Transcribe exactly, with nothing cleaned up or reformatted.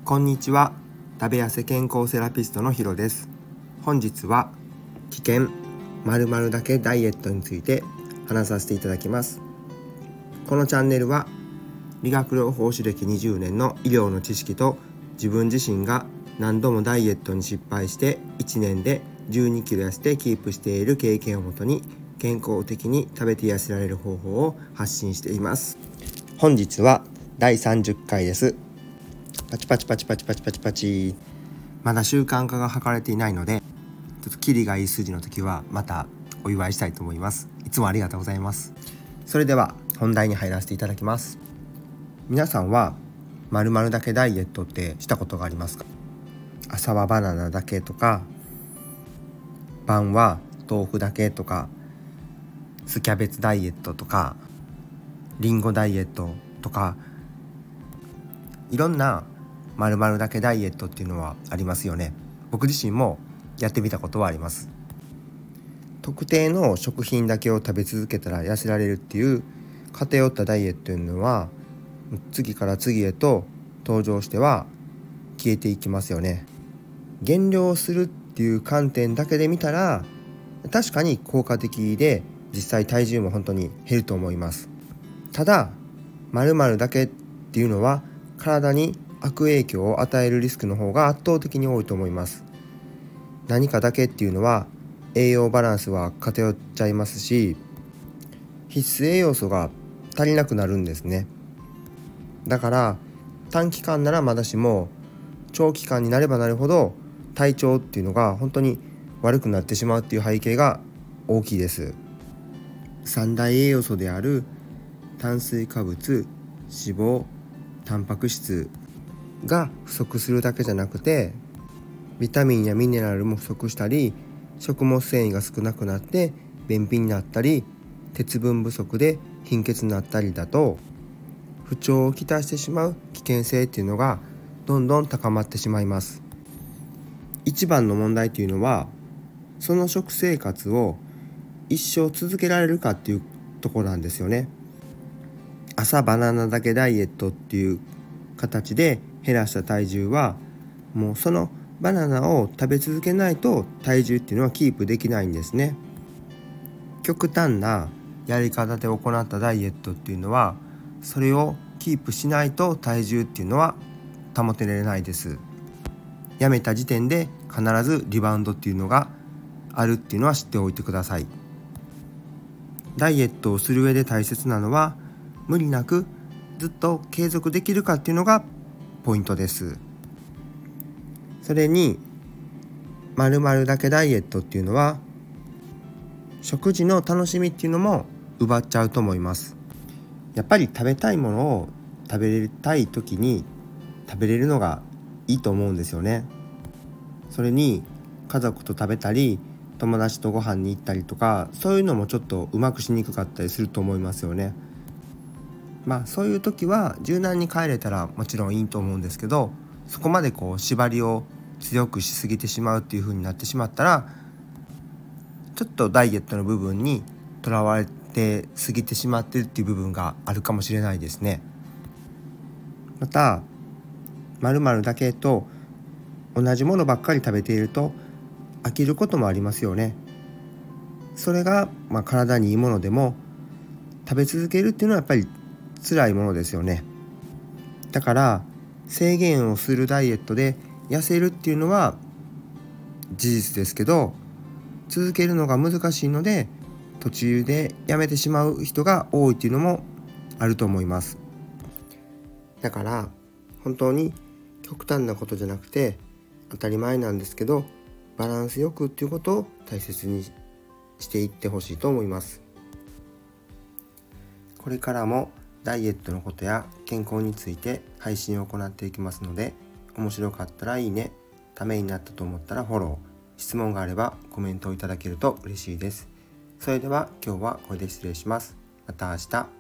こんにちは。食べ痩せ健康セラピストのヒロです。本日は危険〇〇だけダイエットについて話させていただきます。このチャンネルは理学療法士歴にじゅうねんの医療の知識と自分自身が何度もダイエットに失敗していちねんでじゅうにキロ痩せてキープしている経験をもとに健康的に食べて痩せられる方法を発信しています。本日はだいさんじゅっかいです。パチパチパチパチパチパチパチ。まだ習慣化が図れていないので、ちょっとキリがいい数字の時はまたお祝いしたいと思います。いつもありがとうございます。それでは本題に入らせていただきます。皆さんは〇〇だけダイエットってしたことがありますか？朝はバナナだけとか、晩は豆腐だけとか、スキャベツダイエットとか、リンゴダイエットとか、いろんな〇〇だけダイエットっていうのはありますよね。僕自身もやってみたことはあります。特定の食品だけを食べ続けたら痩せられるっていう偏ったダイエットというのは次から次へと登場しては消えていきますよね。減量するっていう観点だけで見たら確かに効果的で実際体重も本当に減ると思います。ただ〇〇だけっていうのは体に悪影響を与えるリスクの方が圧倒的に多いと思います。何かだけっていうのは栄養バランスは偏っちゃいますし、必須栄養素が足りなくなるんですね。だから短期間ならまだしも長期間になればなるほど体調っていうのが本当に悪くなってしまうっていう背景が大きいです。三大栄養素である炭水化物、脂肪、タンパク質が不足するだけじゃなくて、ビタミンやミネラルも不足したり、食物繊維が少なくなって便秘になったり、鉄分不足で貧血になったりだと不調をきたしてしまう危険性っていうのがどんどん高まってしまいます。一番の問題というのはその食生活を一生続けられるかっていうところなんですよね。朝バナナだけダイエットっていう形で減らした体重はもうそのバナナを食べ続けないと体重っていうのはキープできないんですね。極端なやり方で行ったダイエットっていうのはそれをキープしないと体重っていうのは保てられないです。やめた時点で必ずリバウンドっていうのがあるっていうのは知っておいてください。ダイエットをする上で大切なのは無理なくずっと継続できるかっていうのがポイントです。それに〇〇だけダイエットっていうのは食事の楽しみっていうのも奪っちゃうと思います。やっぱり食べたいものを食べれたい時に食べれるのがいいと思うんですよね。それに家族と食べたり友達とご飯に行ったりとか、そういうのもちょっとうまくしにくかったりすると思いますよね。まあそういう時は柔軟に帰れたらもちろんいいと思うんですけど、そこまでこう縛りを強くしすぎてしまうっていう風になってしまったらちょっとダイエットの部分にとらわれて過ぎてしまっているっていう部分があるかもしれないですね。また〇〇だけと同じものばっかり食べていると飽きることもありますよね。それがまあ体にいいものでも食べ続けるっていうのはやっぱり辛いものですよね。だから制限をするダイエットで痩せるっていうのは事実ですけど、続けるのが難しいので途中でやめてしまう人が多いっていうのもあると思います。だから本当に極端なことじゃなくて当たり前なんですけどバランスよくっていうことを大切にしていってほしいと思います。これからもダイエットのことや健康について配信を行っていきますので、面白かったらいいね、ためになったと思ったらフォロー、質問があればコメントをいただけると嬉しいです。それでは今日はこれで失礼します。また明日。